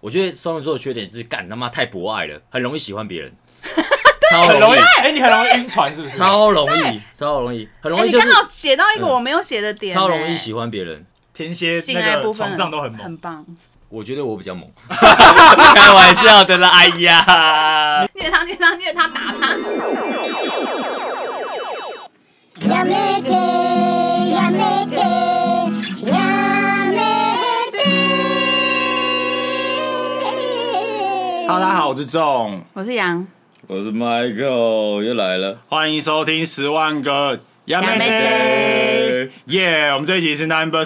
我觉得双鱼座的缺点是干他妈太博爱了，很容易喜欢别人。 很容易，你很容易晕船是不是？ 超容易，很容易、就是。 你刚好写到一个我没有写的点、 超容易喜欢别人。 天蝎那个床上都很猛， 很棒。 我觉得我比较猛，开玩笑的啦！哎呀， 虐他，打他。 やめてやめてやめて。 Hello， 大家好，我是仲， 我是杨， 我是 Michael， 又来了， 欢迎收听10万个やめて。耶！我们这一集是 Number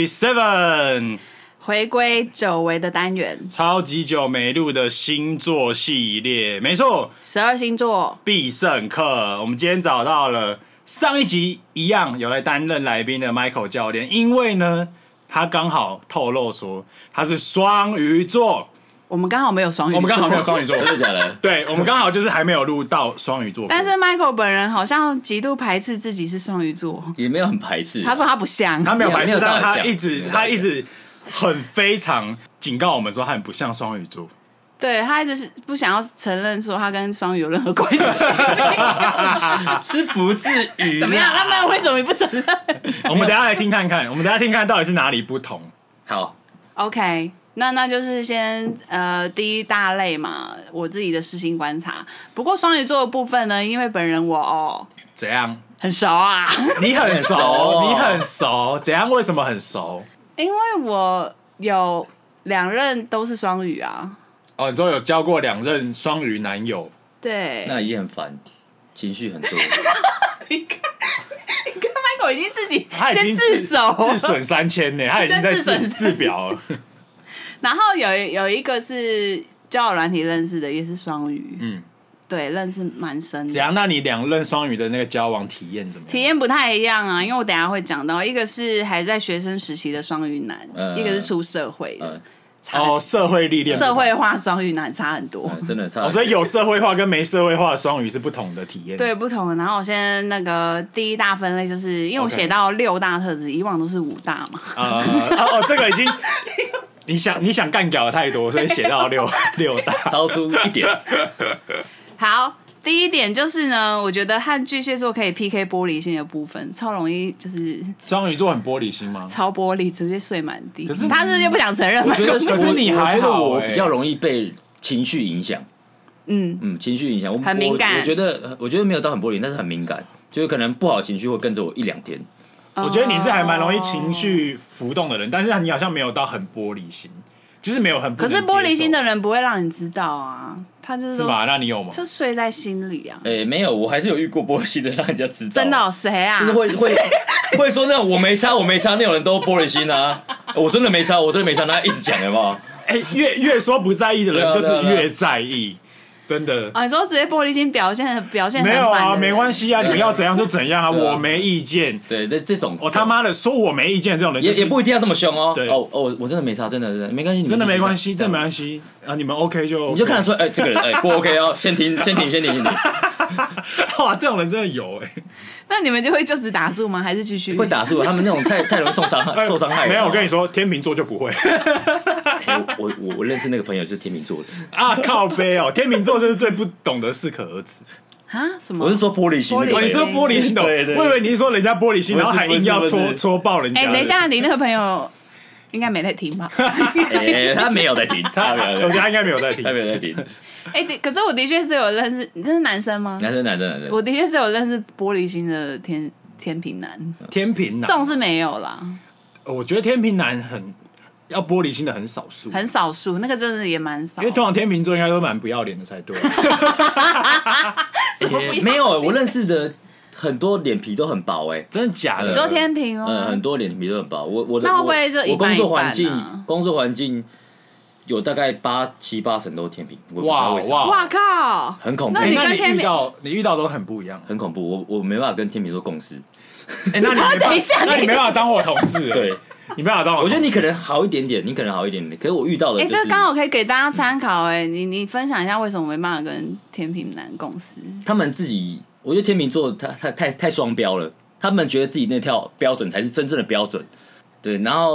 67。 回归久违的单元， 超级久没录的星座系列，没错 ，12星座必胜课。我们今天找到了上一集一样有来担任来宾的 Michael 教练，因为呢，他刚好透露说他是双鱼座。 我们刚好没有双鱼座， 我们刚好没有双鱼座， 真的假的？ 对，我们刚好就是还没有录到双鱼座。 但是 Michael 本人好像极度排斥自己是双鱼座， 也没有很排斥。 他说他不像， 他没有排斥，但是他一直非常警告我们说他很不像双鱼座。 对，他一直是不想要承认说他跟双鱼有任何关系， 是不至于。 怎么样？他们为什么不承认？ 我们等一下来听看看，到底是哪里不同。 好 ，OK。那就是先第一大类嘛，我自己的私心观察。不过双鱼座的部分呢，因为本人我怎样很熟啊， 你很熟，你很熟，怎样？为什么很熟？ 因为我有2任都是双鱼啊。 哦，你说有交过2任双鱼男友？ 对， 那也很烦，情绪很多。 你看 Michael 已经自己先他已经自首， 自损3000呢，他已经在自表了。 然后有一个是交友软体认识的，也是双鱼，对，认识蛮深的。 怎样？那你2任双鱼的那个交往体验怎么样？ 体验不太一样啊，因为我等一下会讲到，一个是还在学生时期的双鱼男，一个是出社会的。 社会历练， 社会化双鱼男差很多， 真的差。 所以有社会化跟没社会化的双鱼是不同的体验， 对，不同的。然后我先那个第一大分类，就是因为我写到6大特质，以往都是5大嘛。 这个已经你想干掉的太多，所以写到六大， 超出一点。 好。第一点就是呢，我觉得和巨蟹座可以 PK 玻璃心的部分，超容易就是双鱼座很玻璃心吗？ 超玻璃，直接睡满地。 可是他是不是不想承认？ 我觉得， 可是你还好， 我比较容易被情绪影响。情绪影响， 很敏感。 我觉得没有到很玻璃，但是很敏感，就是可能不好的情绪会跟着我1-2天。 我觉得你是还蛮容易情绪浮动的人，但是你好像没有到很玻璃心。就是没有很不能接受， 可是玻璃心的人不会让你知道啊，他就是是吗？那你有吗？ 就睡在心里啊。 没有，我还是有遇过玻璃心的，让人家知道。 真的谁啊？ 就是会说那种我没差那种人都玻璃心啊。我真的没差，他一直讲好不好？ 越说不在意的人就是越在意。真的你说直接玻璃心表现很没有啊，没关系啊，你们要怎样就怎样啊，我没意见。 对，这种我他妈的说我没意见这种人， 也不一定要这么凶哦。 对我真的没差，真的没关系， 真的没关系，真的没关系啊，你们 OK 就你就看得出来，这个人不 OK 哦，先停。 哇，这种人真的有那你们就会就此打住吗？还是继续？ 会打住，他们那种太容易受伤害。 没有，我跟你说，天秤座就不会。 我认识那个朋友就是天秤座的啊，靠背哦，天秤座就是最不懂得适可而止啊？什么？ 我是说玻璃心， 你说玻璃心的，我以为你是说人家玻璃心，然后还硬要戳爆人家。 等一下，你那个朋友应该没在听吧？ 他没有在听， 我觉得他应该没有在听， 他没有在听。 可是我的确是有认识，你这是男生吗？ 男生。 我的确是有认识玻璃心的天秤男， 天秤男， 这种是没有啦。 我觉得天秤男要玻璃心的很少数， 那个真的也蛮少。 因为通常天秤座应该都蛮不要脸的才对。 没有，我认识的很多脸皮都很薄真的假的？ 你说天秤哦？ 很多脸皮都很薄。 那会不会就一半一半啊？ 工作环境有大概7-8成都是天秤。 哇靠， 很恐怖。 那你跟天秤你遇到都很不一样， 很恐怖。我没办法跟天秤座共事。 那等一下， 那你没办法当我同事。 对。 你没办法当我觉得你可能好一点点，可是我遇到的， 这刚好可以给大家参考。你分享一下为什么没办法跟天秤男共事？ 他们自己，我觉得天秤座他太双标了，他们觉得自己那条标准才是真正的标准。对，然后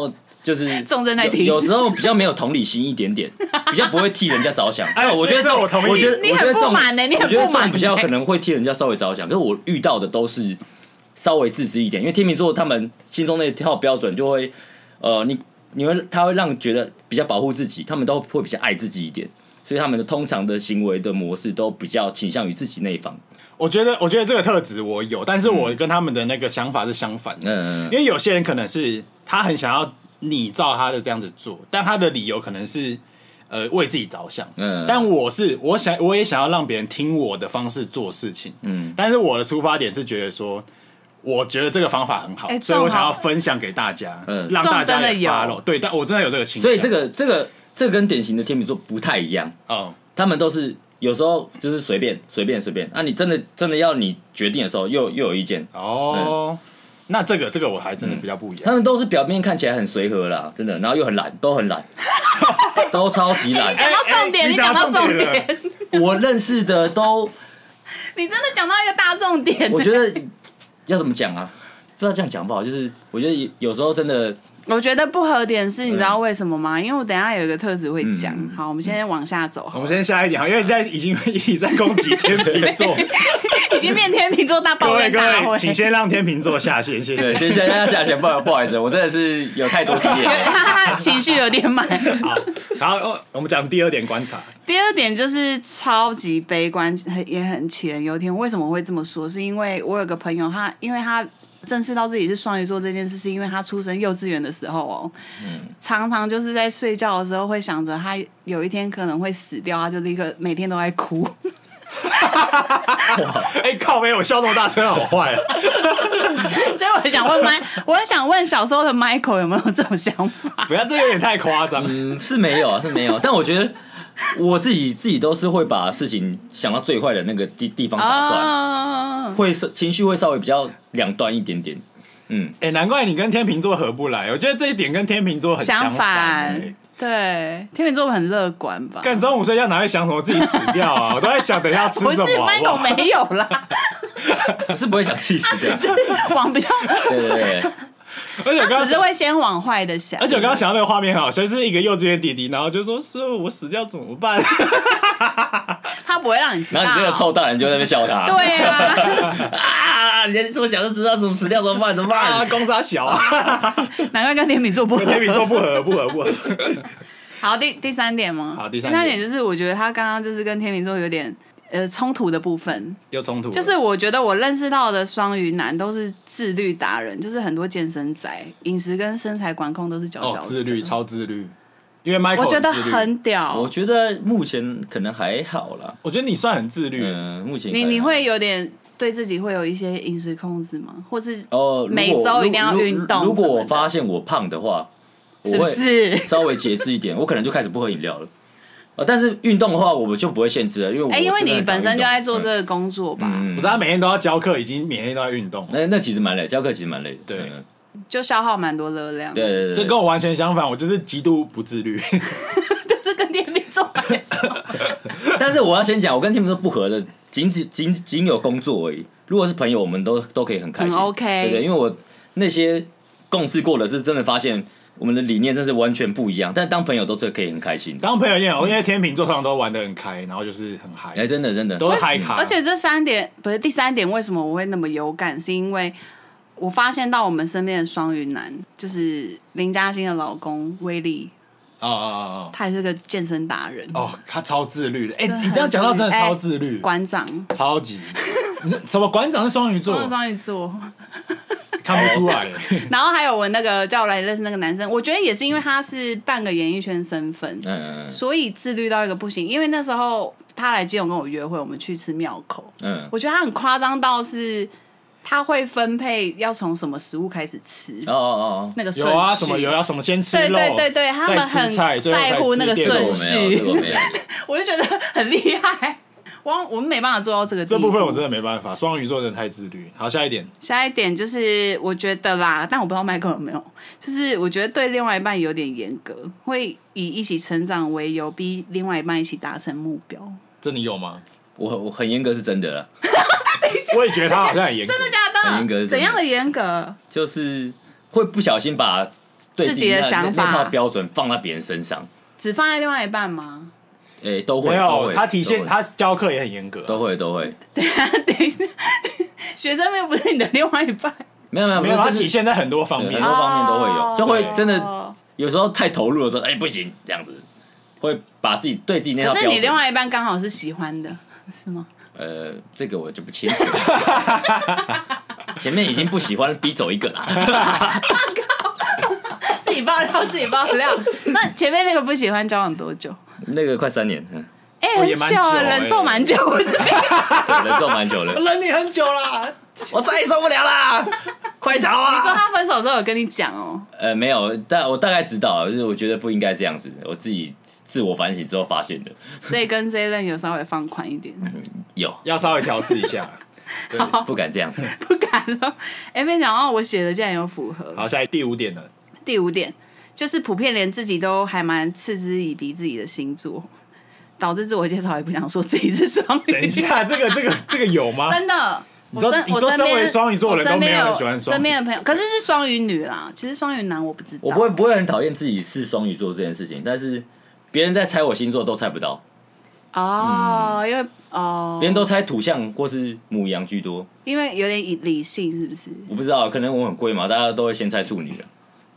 就是重症在听有时候比较没有同理心一点点，比较不会替人家着想。 哎我觉得这我同意我觉得你很不满欸你很我觉得这不满种比较可能会替人家稍微着想，可是我遇到的都是稍微自私一点，因为天秤座他们心中那套标准就会，他会让觉得比较保护自己，他们都会比较爱自己一点，所以他们的通常的行为的模式都比较倾向于自己那一方。 我觉得这个特质我有，但是我跟他们的那个想法是相反的。因为有些人可能是他很想要你照他的这样子做，但他的理由可能是为自己着想。但我也想要让别人听我的方式做事情。但是我的出发点是觉得说，我觉得这个方法很好，所以我想要分享给大家，让大家也 follow。对，但我真的有这个倾向。 所以这个跟典型的天秤座不太一样。他们都是。有时候就是随便，啊，你真的要你决定的时候，又有意见那这个我还真的比较不一样。 他们都是表面看起来很随和啦，真的，然后又很懒，都很懒，都超级懒。 你讲到重点，你讲到重点， 我认识的都， 你真的讲到一个大重点。 我觉得要怎么讲啊？不知道这样讲不好，就是我觉得有时候真的。 我觉得不合点是，你知道为什么吗？因为我等一下有一个特质会讲。好，我们先往下走。 我们先下一点，因为现在已经在攻击天秤座， 已经变天秤座大抱怨大会。 各位，请先让天秤座下线，谢谢。 先下线，不好意思，我真的是有太多经验， 情绪有点满。 好，然后我们讲第二点观察。 第二点就是超级悲观，也很杞人忧天。为什么会这么说？是因为我有个朋友，因为他正视到自己是双鱼座这件事，是因为他出生幼稚园的时候常常就是在睡觉的时候会想着他有一天可能会死掉，他就立刻每天都在哭。 靠北，我笑那么大声，好坏啊！ 所以我很想问小时候的 Michael 有没有这种想法？ 不要，这有点太夸张。 是没有，但我觉得我自己都是会把事情想到最坏的那个地方打算，会情绪会稍微比较两端一点点。 难怪你跟天秤座合不来，我觉得这一点跟天秤座很相反。 对，天秤座很乐观吧？ 干中午睡觉哪会想什么自己死掉啊？我都在想等一下吃什么。 不是 Michael 没有啦， 是不会想自己死掉， 只是往比较对。 而且他只是会先往坏的想。 而且我刚刚想到那个画面很好笑，就是一个幼稚园弟弟，然后就说：“师傅，我死掉怎么办？” 他不会让你知道。 然后你这个臭大人就在那边笑他。 对啊， 你这么小就知道怎么死掉怎么办？ 公杀小啊！ 难怪跟天秤座不合。 天秤座不合。 好，第三点吗？ 好，第三点就是我觉得他刚刚就是跟天秤座有点冲突的部分。 有冲突。 就是我觉得我认识到的双鱼男都是自律达人，就是很多健身仔，饮食跟身材管控都是佼佼者。 自律，超自律。因为 Michael 我觉得很屌。 我觉得目前可能还好啦。 我觉得你算很自律。 目前你会有点对自己会有一些饮食控制吗？或是每周一定要运动？ 如果我发现我胖的话，我会稍微节制一点，我可能就开始不喝饮料了。但是运动的话，我就不会限制了，因为因为你本身就在做这个工作吧。 不是，他每天都要教课，已经每天都在运动。 那其实蛮累，教课其实蛮累的。 对。 就消耗蛮多热量。 对， 这跟我完全相反，我就是极度不自律。 这跟天秤座很像。 但是我要先讲，我跟天秤座不合的，仅有工作而已。如果是朋友，我们都可以很开心， 很 OK。 对，因为我那些共事过的是真的发现我们的理念真是完全不一样，但当朋友都是可以很开心。 当朋友也好，因为天秤座通常都玩得很开，然后就是很嗨。 真的都是嗨咖。 而且这三点不是第三点，为什么我会那么有感？是因为我发现到我们身边的双鱼男，就是林嘉欣的老公威力。他也是个健身达人他超自律的。你这样讲到真的超自律。 馆长超级，什么馆长是双鱼座？ 双鱼座看不出来。 然后还有我那个叫我来认识那个男生，我觉得也是因为他是半个演艺圈身份，所以自律到一个不行。因为那时候他来基隆跟我约会，我们去吃庙口，我觉得他很夸张到是。他会分配要从什么食物开始吃那个顺序有啊，什么先吃肉， 对，他们很在乎那个顺序，我就觉得很厉害。我们没办法做到这个地步。 这部分我真的没办法，双鱼座真的太自律。好，下一点就是我觉得啦，但我不知道Michael有没有，就是我觉得对另外一半有点严格，会以一起成长为由，逼另外一半一起达成目标。 这你有吗？ 我很严格是真的啦。 我也觉得他好像很严格。 真的假的？ 很严格是真的。 怎样的严格？ 就是会不小心把对自己的想法那套标准放在别人身上， 只放在另外一半吗？ 都会。 没有，他体现他教课也很严格， 都会。 等一下，学生又不是你的另外一半。 没有，他体现在很多方面， 很多方面都会有，就会真的哦有时候太投入的时候，不行，这样子会把自己对自己那套标准。 可是你另外一半刚好是喜欢的，是吗？ 这个我就不清楚了。前面已经不喜欢，逼走一个啦。 自己爆料。那前面那个不喜欢交往多久？ 那个快3年， 很久啊，忍受蛮久的。 对，忍受蛮久的。 忍你很久啦， 我再也受不了啦！快逃啊！ 你说他分手之后有跟你讲哦？ 没有，但我大概知道，就是我觉得不应该这样子，我自己自我反省之后发现的。 所以跟这一任有稍微放宽一点， 有要稍微调试一下。 对，不敢这样子， 不敢了。没想到我写的竟然有符合。 好，下来第5点了。 第5点就是普遍连自己都还蛮嗤之以鼻自己的星座，导致自我介绍也不想说自己是双鱼。 等一下，这个有吗？ 真的。 你说身为双鱼座的人都没有人喜欢双鱼， 身边的朋友，可是是双鱼女啦。其实双鱼男我不知道， 我不会很讨厌自己是双鱼座这件事情，但是别人在猜我星座都猜不到。 因为别人都猜土象或是牡羊居多， 因为有点理性，是不是？ 我不知道，可能我很贵嘛，大家都会先猜处女了。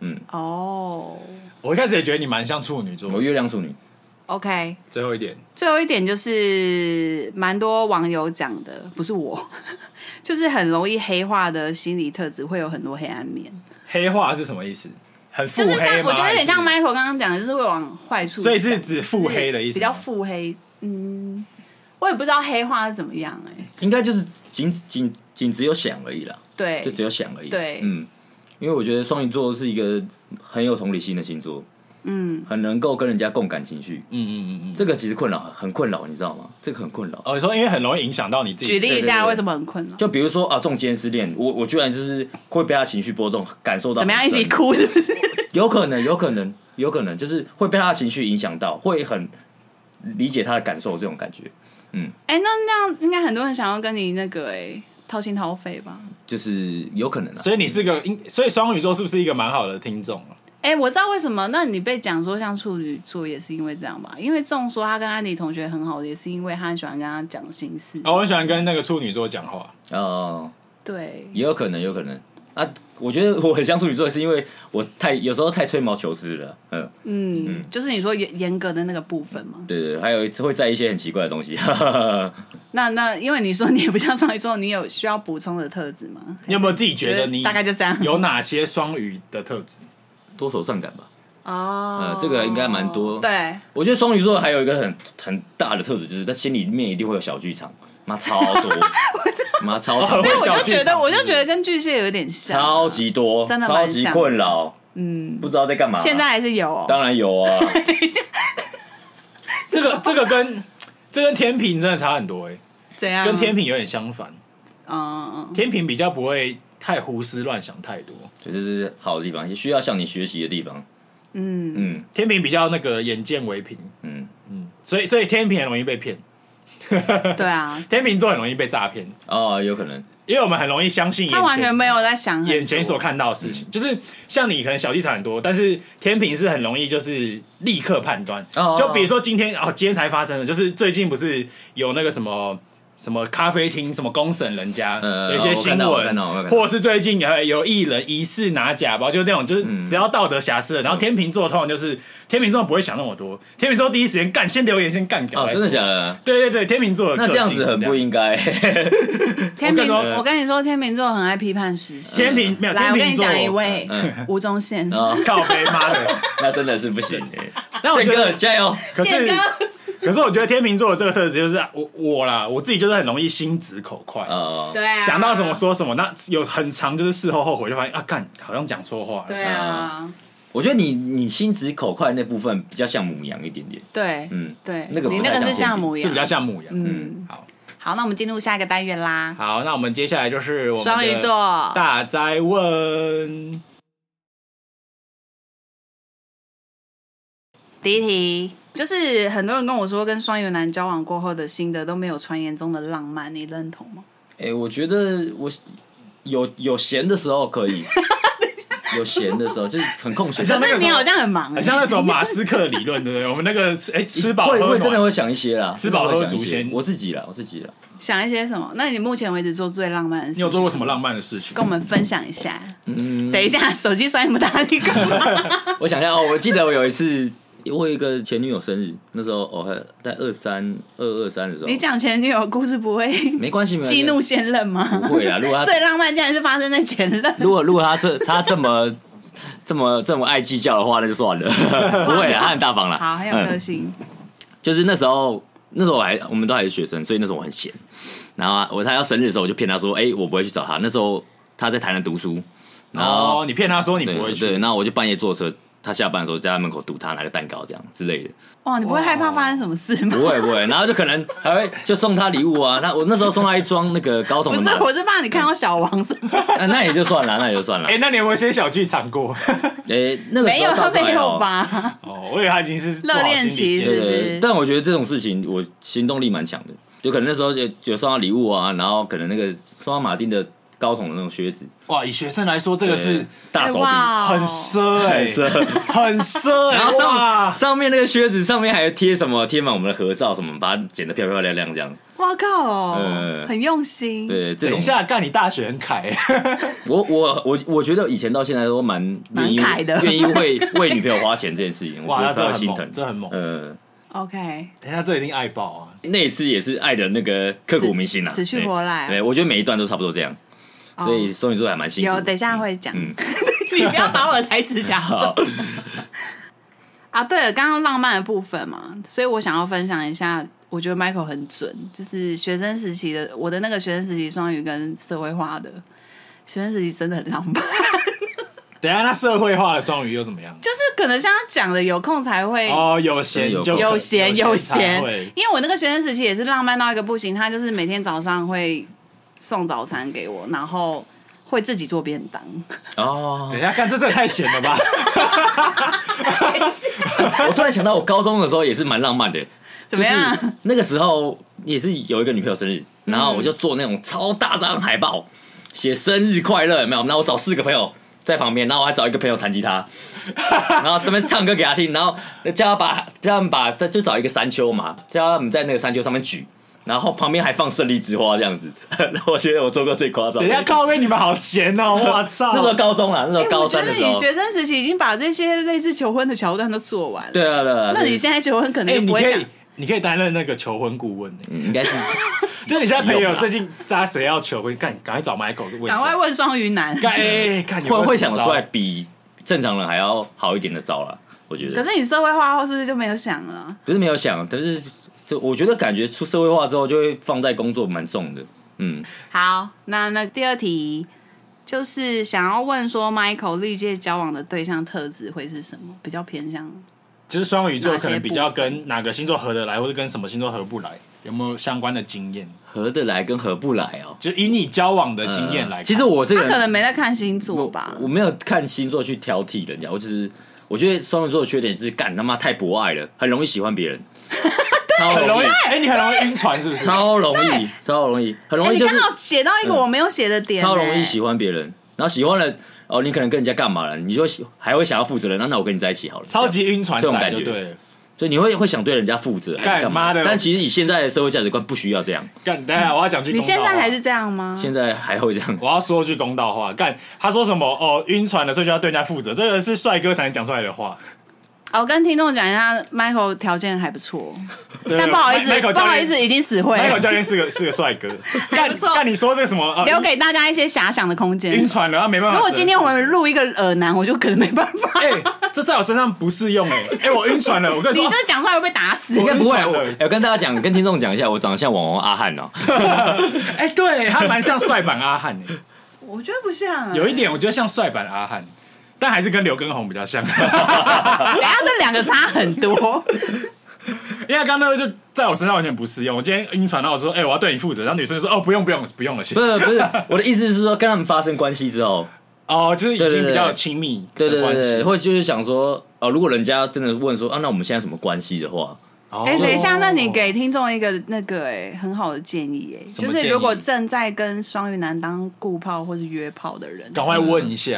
我一开始也觉得你蛮像处女座， 我月亮处女。 OK， 最后一点就是蛮多网友讲的，不是我，就是很容易黑化的心理特质会有很多黑暗面。 黑化是什么意思？很腹就是像黑吗？ 我觉得有点像 Michael 刚刚讲的，就是会往坏处想， 所以是指腹黑的意思吗， 比较腹黑。我也不知道黑化是怎么样应该就是仅只有想而已啦。 对， 就只有想而已。 对， 因为我觉得双鱼座是一个很有同理心的星座，很能够跟人家共感情绪，这个其实很困扰，你知道吗？这个很困扰。 你说因为很容易影响到你自己。 举例一下为什么很困扰？ 就比如说中间失恋，我居然就是会被他情绪波动感受到， 怎么样一起哭是不是？ 有可能就是会被他的情绪影响到，会很理解他的感受这种感觉。 那样应该很多人想要跟你那个掏心掏肺吧？ 就是有可能所以你是所以双鱼座是不是一个蛮好的听众？ 我知道为什么。那你被讲说像处女座也是因为这样吧？因为仲说他跟安迪同学很好，也是因为他很喜欢跟他讲心事。 我很喜欢跟那个处女座讲话。 对， 也有可能我觉得我很像处女座，是因为我有时候太吹毛求疵了。 就是你说严格的那个部分嘛。 对，还有会在意一些很奇怪的东西。 那因为你说你也不像双鱼座，你有需要补充的特质吗？ 你有没有自己觉得你大概就这样？ 有哪些双鱼的特质？ 多愁善感吧。这个应该蛮多。 对， 我觉得双鱼座还有一个很大的特质，就是他心里面一定会有小剧场，妈超多，妈超多。 所以我就觉得跟巨蟹有点像， 超级多， 真的超级困扰。不知道在干嘛。 现在还是有当然有啊。 这跟天秤真的差很多怎样？ 跟天秤有点相反。天秤比较不会太胡思乱想太多， 这是好的地方，也需要向你学习的地方。 天秤比较那个眼见为凭。所以天秤很容易被骗。 对啊， 天秤座很容易被诈骗。 有可能， 因为我们很容易相信他完全没有在想眼前所看到的事情，就是像你可能小剧场很多，但是天秤是很容易就是立刻判断。就比如说今天才发生的，就是最近不是有那个什么咖啡厅什么公审人家有一些新闻，或者是最近有艺人疑似拿假包，就那种就是只要道德瑕疵的，然后天秤座通常就是天秤座不会想那么多，天秤座第一时间先留言先干掉。 真的假的？ 对，天秤座的那这样子很不应该。 我跟你说，天秤座很爱批判时事。 天秤没有， 来，我跟你讲一位吴宗宪， 靠北妈的， 那真的是不行。 那我觉得加油， 可是我觉得天秤座的这个特质就是我自己就是很容易心直口快， 对啊， 想到什么说什么，那有很长就是事后后悔就发现干好像讲错话了。 对啊， 我觉得你心直口快那部分比较像牡羊一点点。 对， 对， 你那个是像牡羊， 是比较像牡羊。 好，那我们进入下一个单元啦。 好，那我们接下来就是我们双鱼座大哉问。 第一题就是很多人跟我说，跟双鱼男交往过后的心得都没有传言中的浪漫，你认同吗？ 我觉得我有闲的时候可以。 有闲的时候，就是很空闲。 可是你好像很忙， 很像那时候马斯克理论，对不对？我们那个吃饱喝暖， 会真的会想一些啦， 吃饱喝足先。 我自己啦。 想一些什么？那你目前为止做最浪漫的事情， 你有做过什么浪漫的事情？ 跟我们分享一下。等一下，手机摔那么大力干嘛？ 我想一下哦，我记得我有一次。我有一个前女友生日，那时候还在223的时候。 你讲前女友故事不会没关系， 激怒现任吗？ 不会啦，如果他最浪漫竟然是发生在前任。 如果他这么爱计较的话，那就算了，不会啦，他很大方啦。 好，很有个性。 就是那时候我们都还是学生，所以那时候我很闲。然后他要生日的时候，我就骗他说，我不会去找他。那时候他在台南读书，然后你骗他说你不会去， 对，然后我就半夜坐车。他下班的时候在他门口堵他，拿个蛋糕这样之类的。 哇，你不会害怕发生什么事吗？ 不会，然后就可能还会就送他礼物啊。我那时候送他一双那个高筒的。不是，我是怕你看到小王什么。 那也就算了。 那你有没有先小剧场过？ 那个没有，他没有吧？ 我以为他已经是热恋期， 对。但我觉得这种事情我行动力蛮强的，就可能那时候就送他礼物啊，然后可能那个送他马丁的。高筒的那种靴子， 哇！以学生来说，这个是大手笔， 很奢很奢。 然后上面那个靴子上面还贴什么？贴满我们的合照，什么把它剪得漂漂亮亮这样。 哇靠！很用心。 对， 等一下，干你大学很凯。 我觉得以前到现在都蛮凯的， 愿意为女朋友花钱这件事情， 哇，那这很心疼， 这很猛。 OK， 等一下这一定爱爆啊！ 那一次也是爱的那个刻骨铭心啊， 死去活来。 对，我觉得每一段都差不多这样。所以双鱼座还蛮辛苦的。 有，等一下会讲。你不要把我的台词讲走。啊，对了，刚刚浪漫的部分嘛，所以我想要分享一下，我觉得 Michael 很准，就是学生时期的我的那个学生时期双鱼跟社会化的学生时期真的很浪漫。 等一下，那社会化的双鱼又怎么样？ 就是可能像他讲的，有空才会有闲，因为我那个学生时期也是浪漫到一个不行，他就是每天早上会送早餐给我，然后会自己做便当。 等一下，看这真的太闲了吧！ 我突然想到，我高中的时候也是蛮浪漫的。 怎么样？ 那个时候也是有一个女朋友生日，然后我就做那种超大张海报，写生日快乐，有没有？然后我找4个朋友在旁边，然后我还找一个朋友弹吉他，然后这边唱歌给他听，然后叫他们就找一个山丘嘛，叫他们在那个山丘上面举。然后旁边还放胜利之花这样子，我觉得我做过最夸张。 等一下，靠背你们好闲哦！我操， 那时候高中啦，那时候高三的时候， 我觉得你学生时期已经把这些类似求婚的桥段都做完了。 对啊， 那你现在求婚可能不会想， 你可以担任那个求婚顾问。 应该是。 就你现在朋友最近谁要求婚，赶快找 Michael 问， 赶快问双鱼男， 会想出来比正常人还要好一点的招啦，我觉得。 可是你社会化后是不是就没有想了？ 不是没有想，但是。我觉得感觉出社会化之后，就会放在工作蛮重的。 好，那第二题就是想要问说 ，Michael 历届交往的对象特质会是什么？比较偏向， 就是双鱼座可能比较跟哪个星座合得来，或者跟什么星座合不来，有没有相关的经验？ 合得来跟合不来哦， 就以你交往的经验来看， 其实我这个人他可能没在看星座吧， 我没有看星座去挑剔人家，我觉得双鱼座的缺点是干他妈太博爱了，很容易喜欢别人。 很容易，你很容易晕船是不是？ 超容易，很容易。 你刚好写到一个我没有写的点， 超容易喜欢别人，然后喜欢了你可能跟人家干嘛了，你就还会想要负责任，那我跟你在一起好了。 超级晕船这种感觉， 对。 所以你会想对人家负责，干嘛的？但其实以现在的社会价值观，不需要这样。 干，等一下我要讲句公道话。 你现在还是这样吗？ 现在还会这样。 我要说句公道话，干，他说什么晕船了，所以就要对人家负责，这个是帅哥才能讲出来的话。 我跟听众讲一下 ，Michael 条件还不错，但不好意思，已经死会了。 Michael 教练是个帅哥，干你说这个什么？ 留给大家一些遐想的空间。 晕船了，没办法。 如果今天我们录一个耳男，我就可能没办法。 这在我身上不适用我晕船了，我跟你说， 你这讲出来会被打死。 应该不会。我跟大家讲，跟听众讲一下，我长得像网红阿汉哦。 对他蛮像帅版阿汉我觉得不像， 有一点我觉得像帅版阿汉。但还是跟刘畊宏比较像。等下这两个差很多。 因为刚刚那个就在我身上完全不适用。我今天晕船，然后我说：“我要对你负责。”然后女生就说：“不用了，谢谢。” 不是，我的意思是说，跟他们发生关系之后， 就是已经比较亲密的关系。 对，或者就是想说，如果人家真的问说：“那我们现在什么关系的话？” 等一下，那你给听众一个很好的建议就是如果正在跟双鱼男当顾炮或是约炮的人， 赶快问一下。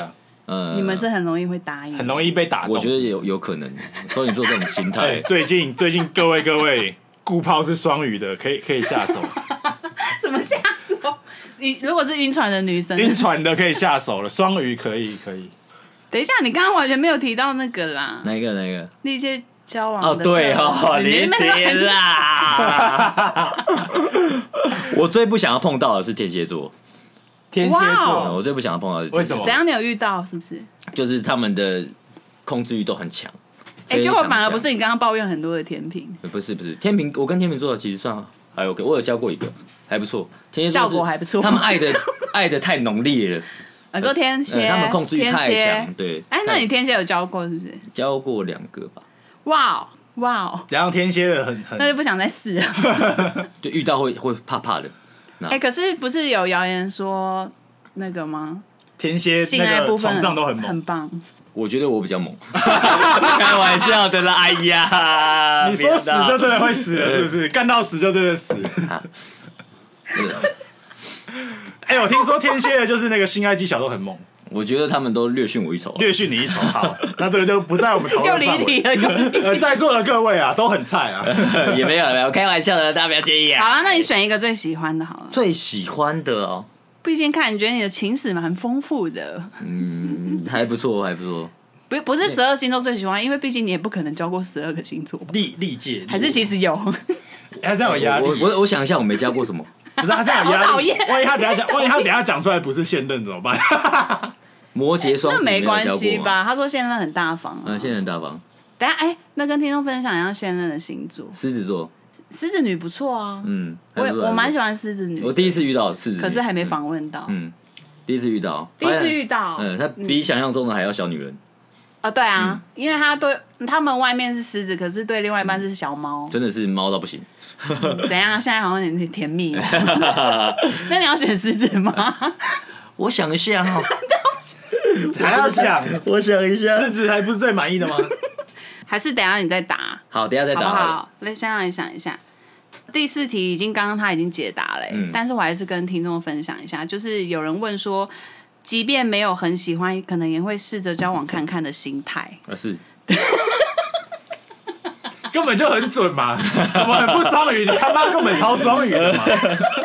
你们是很容易会答应， 很容易被打动。 我觉得有可能，双鱼座这种心态。 最近各位，顾炮是双鱼的，可以下手。 什么下手？你如果是晕船的女生， 晕船的可以下手了，双鱼可以。 等一下，你刚刚完全没有提到那个啦。 哪一个？ 那些交往的对连天啦。我最不想要碰到的是天蝎座。 天蝎座， 我最不想要碰到的是为什么？ 怎样？你有遇到是不是？ 就是他们的控制欲都很强。 结果反而不是你刚刚抱怨很多的天秤。 不是天秤，我跟天秤座其实算还 OK， 我有交过一个，还不错。天蝎座效果还不错。 他们爱的太浓烈了。 你说天蝎， 他们控制欲太强，对。 那你天蝎有交过是不是？ 交过2个吧。 哇， 怎样？天蝎的很， 那就不想再试了。 就遇到会怕怕的。 可是不是有谣言说那个吗？ 天蝎那个床上都很猛， 很棒。 我觉得我比较猛，开玩笑的啦！哎呀， 你说死就真的会死了，是不是？干到死就真的死。我听说天蝎的就是那个性爱技巧都很猛。 我觉得他们都略逊我一筹， 略逊你一筹。好，那这个就不在我们讨论范围。 又离题了， 在座的各位啊，都很菜啊。 也没有，开玩笑的，大家不要介意啊。 好了，那你选一个最喜欢的好了。 最喜欢的哦， 毕竟看，你觉得你的情史蛮丰富的。 还不错。 不是12星座最喜欢，因为毕竟你也不可能交过12个星座。 历届还是其实有， 他这样有压力。 我想一下，我没交过什么。 不是他这样有压力， 好讨厌。 万一他等一下讲出来不是现任怎么办？ 摩羯双子那没关系吧？他说现任很大方。 现任很大方。 等一下，那跟听众分享一下现任的星座。 狮子座， 狮子女不错啊。我蛮喜欢狮子女。 我第一次遇到狮子女， 可是还没访问到。 第一次遇到。 她比想象中的还要小女人。 对啊，因为他们外面是狮子，可是对另外一半是小猫， 真的是猫到不行。 怎样？现在好像有点甜蜜。那你要选狮子吗？ 我想一下还要想， 我想一下， 狮子还不是最满意的吗？ 还是等一下你再答？ 好，等一下再答。 好不好？先让你想一下。第4题刚刚他已经解答了，但是我还是跟听众分享一下，就是有人问说，即便没有很喜欢，可能也会试着交往看看的心态。 是。 根本就很准嘛！什么很不双鱼？你他妈根本超双鱼的嘛！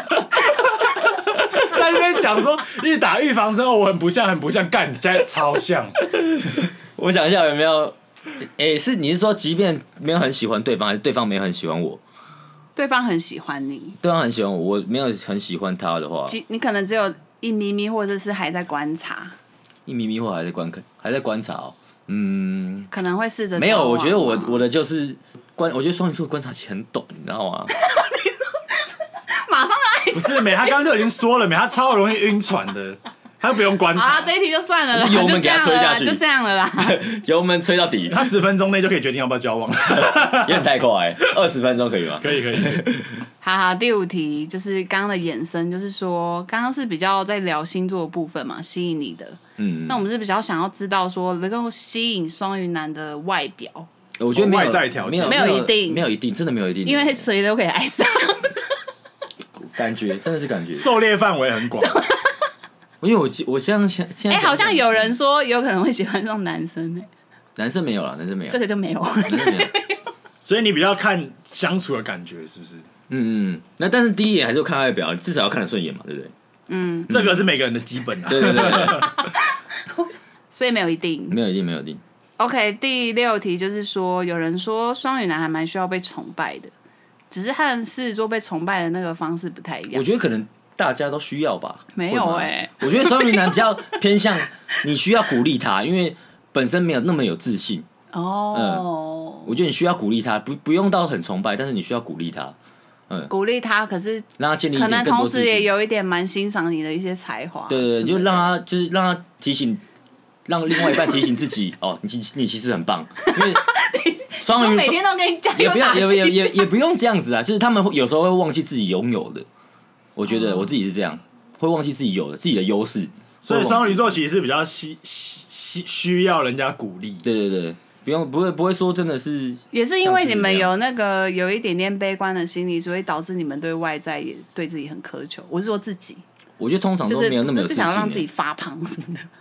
在那边讲说一打预防针，我很不像，干，现在超像。 我想一下有没有？你是说即便没有很喜欢对方，还是对方没有很喜欢我？ 对方很喜欢你， 对方很喜欢我，我没有很喜欢他的话， 你可能只有1咪咪，或者是还在观察。 1咪咪或还在观察哦。 可能会试着没有，我觉得我的就是我觉得双鱼座观察期很短，你知道吗？ 马上就爱上。 不是他刚刚就已经说了他超容易晕船的，他不用观察。 好，这一题就算了啦， 油门给他吹下去， 就这样了啦。 油门吹到底， 他10分钟内就可以决定要不要交往， 有点太快，20分钟可以吗？ 可以。 好，第5题就是刚刚的衍生，就是说刚刚是比较在聊星座的部分嘛，吸引你的。那我们是比较想要知道说能够吸引双鱼男的外表。 我觉得外在条件没有一定， 没有一定，真的没有一定， 因为谁都可以爱上。 感觉真的是感觉， 狩猎范围很广。 因为我现在好像有人说有可能会喜欢上男生男生没有啦，男生没有， 这个就没有。 所以你比较看相处的感觉，是不是？ 那但是第一眼还是看外表，至少要看得顺眼嘛，对不对？ 这个是每个人的基本啊。 对。 所以没有一定， 没有一定。 OK， 第6题就是说，有人说双鱼男还蛮需要被崇拜的，只是和狮子座被崇拜的那个方式不太一样。 我觉得可能大家都需要吧。 没有我觉得双鱼男比较偏向你需要鼓励他，因为本身没有那么有自信。我觉得你需要鼓励他，不用到很崇拜，但是你需要鼓励他。 鼓励他，可是让他建立一点可能同时更多自信， 也有一点蛮欣赏你的一些才华。 对，就让他提醒，让另外一半提醒自己哦，你其实很棒，因为双鱼每天都跟你讲， 也不用这样子啊，就是他们有时候会忘记自己拥有的。我觉得我自己是这样，会忘记自己有的自己的优势， 所以双鱼座其实是比较需要人家鼓励。 对。不会说真的是， 也是因为你们有一点点悲观的心理，所以导致你们对外在也对自己很苛求。我是说自己， 我觉得通常都没有那么有自信， 不想让自己发胖什么的。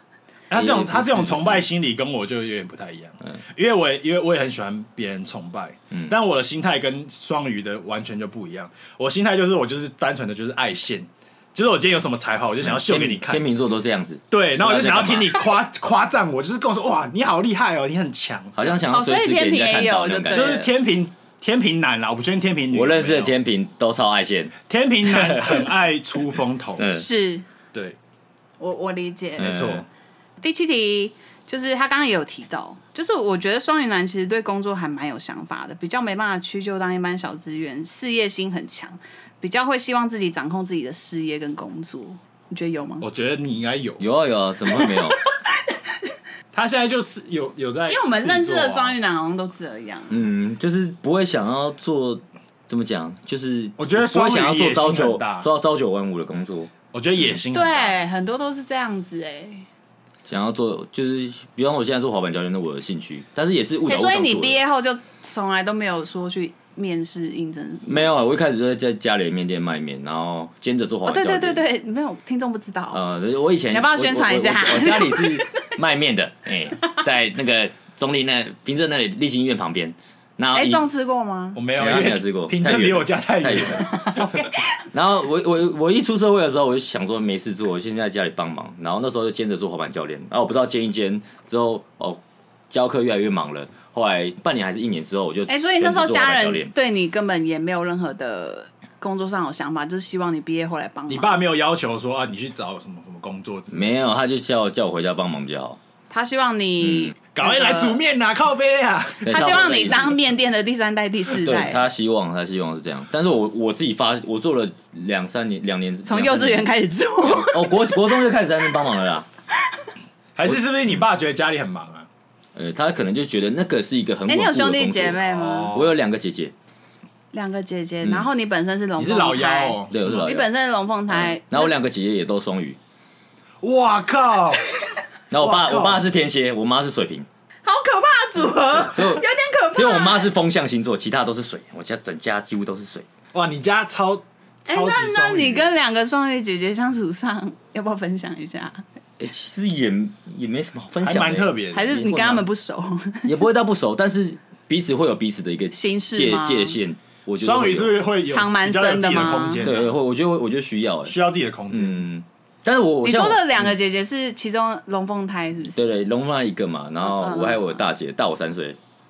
他这种崇拜心理跟我就有点不太一样，因为我也很喜欢别人崇拜，但我的心态跟双鱼的完全就不一样。我心态就是我就是单纯的就是爱现，就是我今天有什么才华，我就想要秀给你看。 天秤座都这样子， 对，然后我就想要听你夸赞我，就是跟我说哇你好厉害哦，你很强， 好像想要随时给人家看到那种感觉。 就是天秤男啦，我不确定天秤女。 我认识的天秤都超爱现， 天秤男很爱出风头， 是， 对， 我理解， 没错。 第7题就是他刚刚也有提到，就是我觉得双鱼男其实对工作还蛮有想法的，比较没办法屈就当一般小职员，事业心很强，比较会希望自己掌控自己的事业跟工作。你觉得有吗？ 我觉得你应该有， 有啊，怎么会没有？ 他现在就是有在， 因为我们认识的双鱼男好像都这样， 就是不会想要做，怎么讲？就是我觉得双鱼不会想要做朝九晚五的工作。 我觉得野心很大， 对，很多都是这样子想要做就是，比方我现在做滑板教练，那我的兴趣，但是也是误打误撞做的。 所以你毕业后就从来都没有说去面试应征？ 没有啊，我一开始就在家里的面店卖面，然后兼着做滑板教练。 对，没有听众不知道。 我以前你要不要宣传一下？ 我家里是卖面的，在那个中立那平镇那里立新医院旁边。 这种吃过吗？ 我没有， 没有吃过， 平镇离我家太远了。然后我一出社会的时候，我就想说没事做，我先在家里帮忙。然后那时候就兼着做滑板教练。然后我不知道兼一兼之后，教课越来越忙了。后来半年还是1年之后，我就所以那时候家人对你根本也没有任何的工作上有想法，就是希望你毕业后来帮忙。 你爸没有要求说你去找什么工作之类的？ 没有，他就叫我回家帮忙比较好。 他希望你赶快来煮面啊，靠杯啊！ 他希望你当面店的第3代、第4代。 对，他希望是这样。但是我自己我做了2年， 从幼稚园开始做。 国中就开始在那边帮忙了啦。 还是不是你爸觉得家里很忙啊？ 他可能就觉得那个是一个很稳固的工作。 你有兄弟姐妹吗？ 我有2个姐姐。 2个姐姐，然后你本身是龙凤胎， 你是老幺哦？ 对，我是老幺。 你本身是龙凤胎， 然后我2个姐姐也都双鱼。 哇靠！ 然后我爸是天蝎，我妈是水瓶， 好可怕的组合，有点可怕。 只有我妈是风象星座，其他都是水。我家整家几乎都是水。 哇，你家超级双鱼。 那你跟2个双鱼姐姐相处上，要不要分享一下？ 其实也没什么好分享， 还蛮特别的。 还是你跟他们不熟？ 也不会到不熟，但是彼此会有彼此的一个心事界限。我觉得双鱼是不是会有藏蛮深的吗？ 对，我觉得需要自己的空间。 但是你说的2个姐姐是其中龙凤胎是不是？ 对，龙凤胎一个嘛，然后我还有我大姐大我3岁。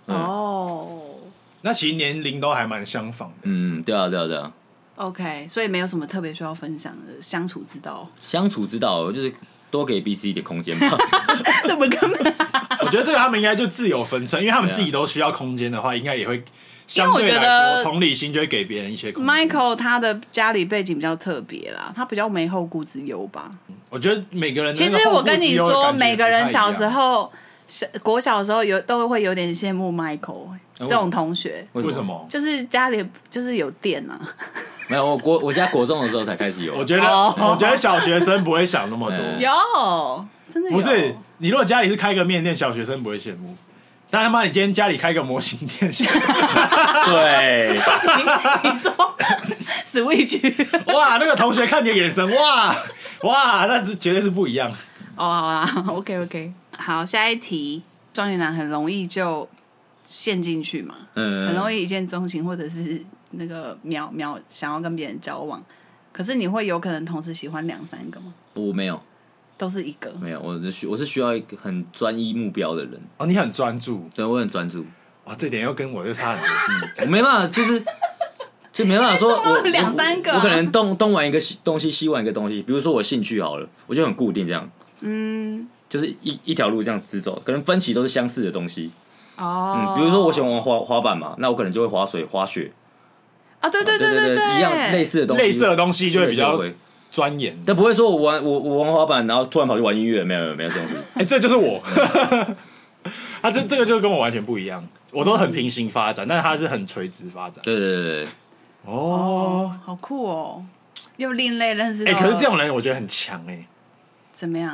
那其实年龄都还蛮相仿的。 对啊。 OK， 所以没有什么特别需要分享的相处之道。 相处之道就是多给彼此一点空间吧。 怎么根本？ 我觉得这个他们应该就自有分寸，因为他们自己都需要空间的话，应该也会。相对来说，同理心就会给别人一些空间。 Michael 他的家里背景比较特别啦，他比较没后顾之忧吧。 我觉得每个人其实我跟你说，每个人小时候国小的时候都会有点羡慕 Michael 这种同学。 为什么？ 就是家里就是有电啊。 没有，我家国中的时候才开始有。 我觉得小学生不会想那么多。 有，真的有。 不是，你如果家里是开个面店，小学生不会羡慕。但他妈，你今天家里开个模型店， 对， 你说 Switch， 哇，那个同学看你的眼神，哇，那绝对是不一样。 好啦 ，OK， 好，下一题，双鱼男很容易就陷进去嘛，很容易一见钟情，或者是那个秒想要跟别人交往，可是你会有可能同时喜欢2、3个吗？ 我没有。 都是一个， 没有，我是需要一个很专一目标的人。 你很专注， 对，我很专注。 哇，这点又跟我又差很多。 我没办法，就没办法说我 2、3个， 我可能东玩一个东西，西玩一个东西。比如说我兴趣好了，我就很固定这样。就是一条路这样直走，可能分歧都是相似的东西。比如说我喜欢玩滑板嘛，那我可能就会滑水、滑雪。 对， 一样类似的东西就会比较。钻研， 但不会说我玩滑板，然后突然跑去玩音乐，没有这种事。 这就是我。这个就跟我完全不一样，我都很平行发展，但是他是很垂直发展。 对。 好酷哦，又另类认识到。 可是这种人我觉得很强。 怎么样？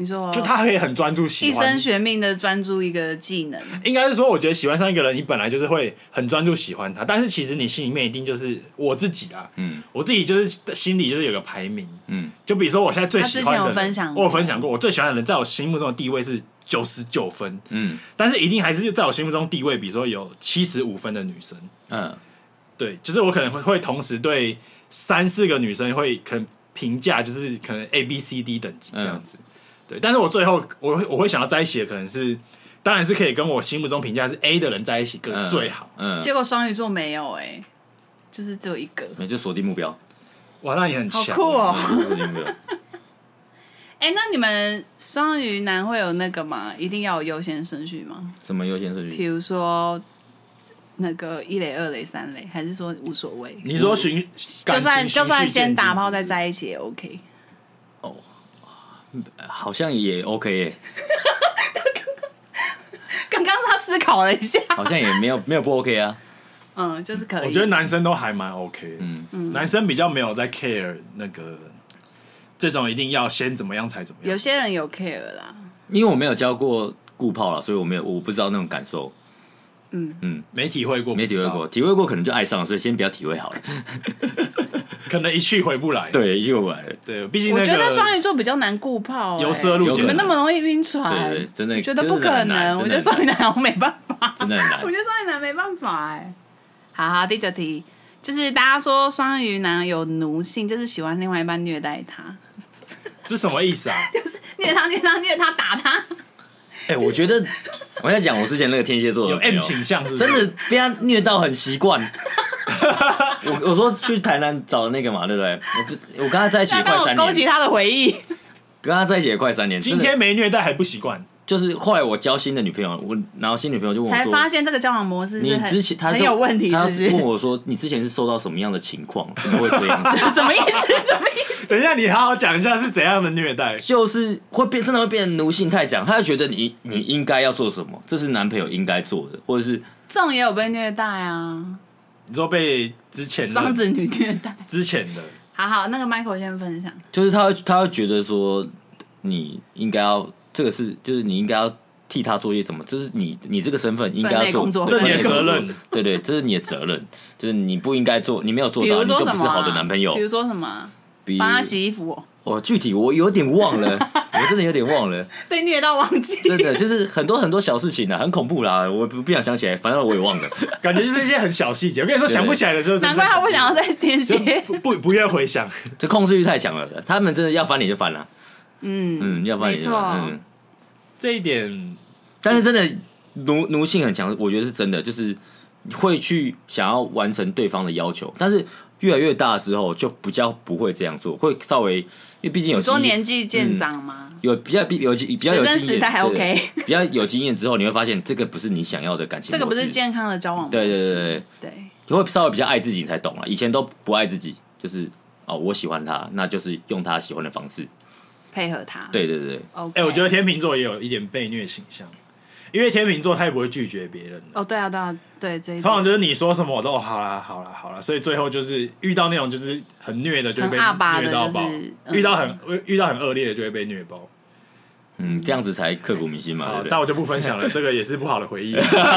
你说， 就他可以很专注喜欢， 一生悬命的专注一个技能。 应该是说，我觉得喜欢上一个人，你本来就是会很专注喜欢他，但是其实你心里面一定就是我自己啊，我自己就是心里就是有个排名，就比如说我现在最喜欢的人，我有分享过，我最喜欢的人在我心目中的地位是99分，但是一定还是在我心目中地位，比如说有75分的女生，对，就是我可能会同时对3-4个女生会可能评价，就是可能 A、B、C、D 等级这样子。对，但是我最后我会想要在一起的，可能是当然是可以跟我心目中评价是 A 的人在一起更最好。 结果双鱼座没有就是只有一个， 就锁定目标。 哇，那你很强， 好酷哦！ 锁定目标。 那你们双鱼男会有那个吗？一定要有优先顺序吗？ 什么优先顺序？ 比如说那个1垒、2垒、3垒，还是说无所谓？ 你说就算先打炮再在一起也 OK。 好像也 OK 耶。 刚刚他思考了一下， 好像也没有不 OK 啊。 就是可以。 我觉得男生都还蛮 OK 的，男生比较没有在 care 那个这种一定要先怎么样才怎么样。 有些人有 care 啦， 因为我没有教过顾炮了，所以我不知道那种感受。 没体会过， 体会过可能就爱上了，所以先不要体会好了。 可能一去回不来。 对，一去回不来了。 对，毕竟我觉得双鱼座比较难顾炮， 由奢入俭， 你们那么容易晕船， 对，真的， 我觉得不可能。我觉得双鱼男我没办法， 真的很难。 我觉得双鱼男没办法好，第9题就是大家说双鱼男有奴性，就是喜欢另外一半虐待他， 是什么意思啊？ 就是虐他打他。 我觉得我在讲我之前那个天蝎座的有 M 倾向，是不是？ 真的被他虐到很习惯。我说去台南找那个嘛，对不对？我跟他在一起也快3年， 勾起他的回忆。 跟他在一起也快3年， 今天没虐待还不习惯。 就是后来我交新的女朋友，然后新女朋友就问我说， 才发现这个交往模式是很有问题。 他问我说，你之前是受到什么样的情况，怎么会这样？ 什么意思？ 等一下，你好好讲一下是怎样的虐待。 就是真的会变成奴性太强，他就觉得你应该要做什么，这是男朋友应该做的，或者是这种也有被虐待啊。 你说被之前的双子女虐待之前的， 好，那个 Michael 先分享， 就是他会觉得说你应该要这个是，就是你应该要替他做些什么，这是你这个身份应该要做， 这是你的责任。 对，这是你的责任，就是你不应该做，你没有做到，你就不是好的男朋友。 比如说什么？帮他洗衣服具体我有点忘了，我真的有点忘了， 被虐到忘记。 真的就是很多小事情啊，很恐怖啦，我不想想起来，反正我也忘了。 感觉就是一些很小细节。我跟你说，想不起来的时候， 难怪他不想要再天蝎， 不愿回想， 这控制欲太强了。他们真的要翻脸就翻了，要翻脸就翻。 这一点， 但是真的奴性很强，我觉得是真的，就是会去想要完成对方的要求，但是越来越大之后就比较不会这样做，会稍微，因为毕竟有你说年纪渐长吗？ 有比较有经验， 学生时代还 OK， 比较有经验之后，你会发现这个不是你想要的感情模式， 这个不是健康的交往模式。对， 你会稍微比较爱自己，你才懂了。以前都不爱自己，就是我喜欢他，那就是用他喜欢的方式配合他。 对。 OK， 我觉得天秤座也有一点被虐倾向。因为天秤座他也不会拒绝别人的。 对啊，对，这一通常就是你说什么我都好啦，所以最后就是遇到那种就是很虐的就会被虐到爆，遇到很恶劣的就会被虐爆。 这样子才刻骨铭心嘛。对， 但我就不分享了，这个也是不好的回忆。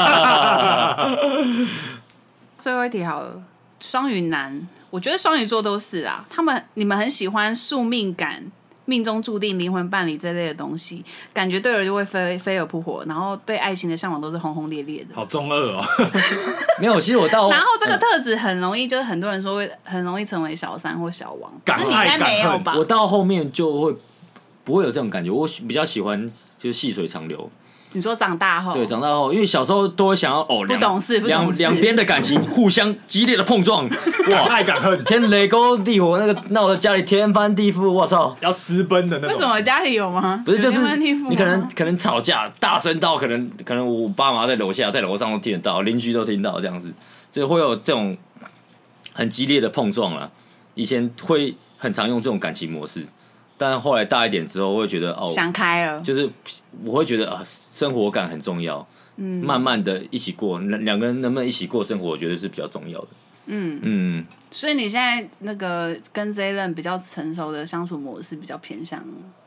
最后一题好了，双鱼男，我觉得双鱼座都是啊，你们很喜欢宿命感。命中注定、灵魂伴侣这类的东西，感觉对了就会飞蛾扑火，然后对爱情的向往都是轰轰烈烈的。 好中二哦！ 没有，其实我到然后这个特质很容易，就是很多人说会很容易成为小三或小王，可是你应该没有吧？ 我到后面就会不会有这种感觉，我比较喜欢就是细水长流。 你说长大后？ 对，长大后，因为小时候都会想要不懂事， 两边的感情互相激烈的碰撞， 哇，爱敢恨， 天雷勾地火，那个闹得家里天翻地覆，我操， 要私奔的那种。 为什么家里有吗？ 不是，就是你可能吵架，大声到可能我爸妈在楼下，在楼上都听得到，邻居都听到，这样子，就会有这种很激烈的碰撞啦。以前会很常用这种感情模式。但后来大一点之后，我会觉得想开了， 就是我会觉得生活感很重要，慢慢的一起过，两个人能不能一起过生活，我觉得是比较重要的。 所以你现在那个跟这一任比较成熟的相处模式，比较偏向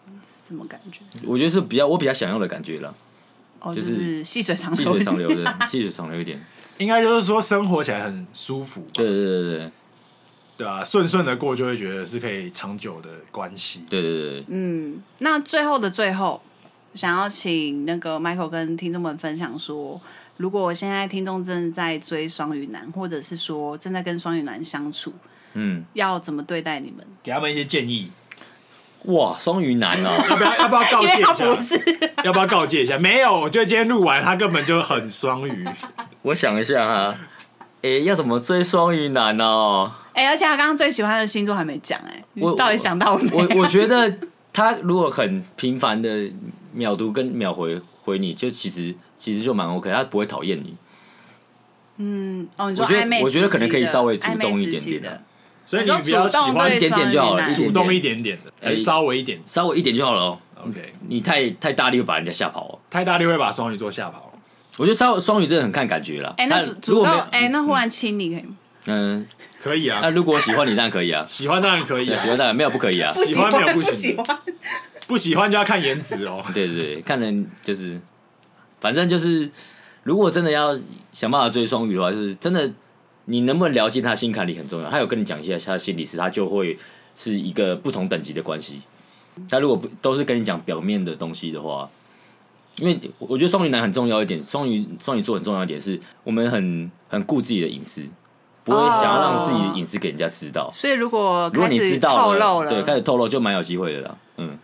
什么感觉？ 我觉得是我比较想要的感觉啦。 就是细水长流， 细水长流的，细水长流一点。 应该就是说生活起来很舒服。 对。 对啊，顺的过就会觉得是可以长久的关系。 对。 那最后的最后，想要请那个 Michael 跟听众们分享说，如果现在听众正在追双鱼男，或者是说正在跟双鱼男相处，要怎么对待你们？ 给他们一些建议。 哇，双鱼男哦， 要不要告诫一下？ 不是， 要不要告诫一下？没有，我觉得今天录完他根本就很双鱼。 我想一下哈，要怎么追双鱼男哦？ 而且他刚刚最喜欢的星座还没讲，你到底想到没？ 我觉得他如果很频繁的秒读跟秒回你，就其实就蛮 OK， 他不会讨厌你。 你说暧昧， 我觉得可能可以稍微主动一点点的。 所以你比较喜欢一点点就好了， 主动一点点的，稍微一点就好了哦。 OK， 你太大力会把人家吓跑哦， 太大力会把双鱼座吓跑。 我觉得双鱼真的很看感觉啦。 那主动那忽然亲你可以吗？ 可以啊。 那如果我喜欢你，当然可以啊。 喜欢当然可以啊， 喜欢当然没有不可以啊。 喜欢没有不行，不喜欢就要看颜值哦。 对，看人就是，反正就是，如果真的要想办法追双鱼的话，就是真的。你能不能了解他心坎里很重要，他有跟你讲一下他的心理时，他就会是一个不同等级的关系。他如果都是跟你讲表面的东西的话，因为我觉得双鱼男很重要一点，双鱼座很重要一点是，我们很顾自己的隐私，不会想要让自己的隐私给人家知道。 所以如果你知道透露了， 对，开始透露就蛮有机会的啦。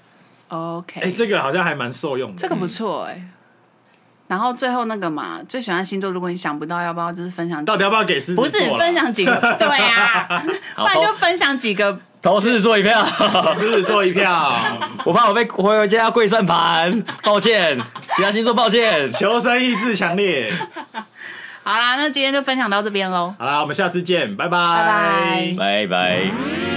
OK， 这个好像还蛮受用的， 这个不错然后最后那个嘛，最喜欢星座，如果你想不到，要不要就是分享？ 到底要不要给狮子座？ 不是分享几个，对啊，不然就分享几个。 投狮子座一票， 狮子座一票。 我怕我回家要跪算盘，抱歉，其他星座抱歉。 求生意志强烈。 好啦，那今天就分享到这边喽。 好啦，我们下次见，拜拜， 拜拜。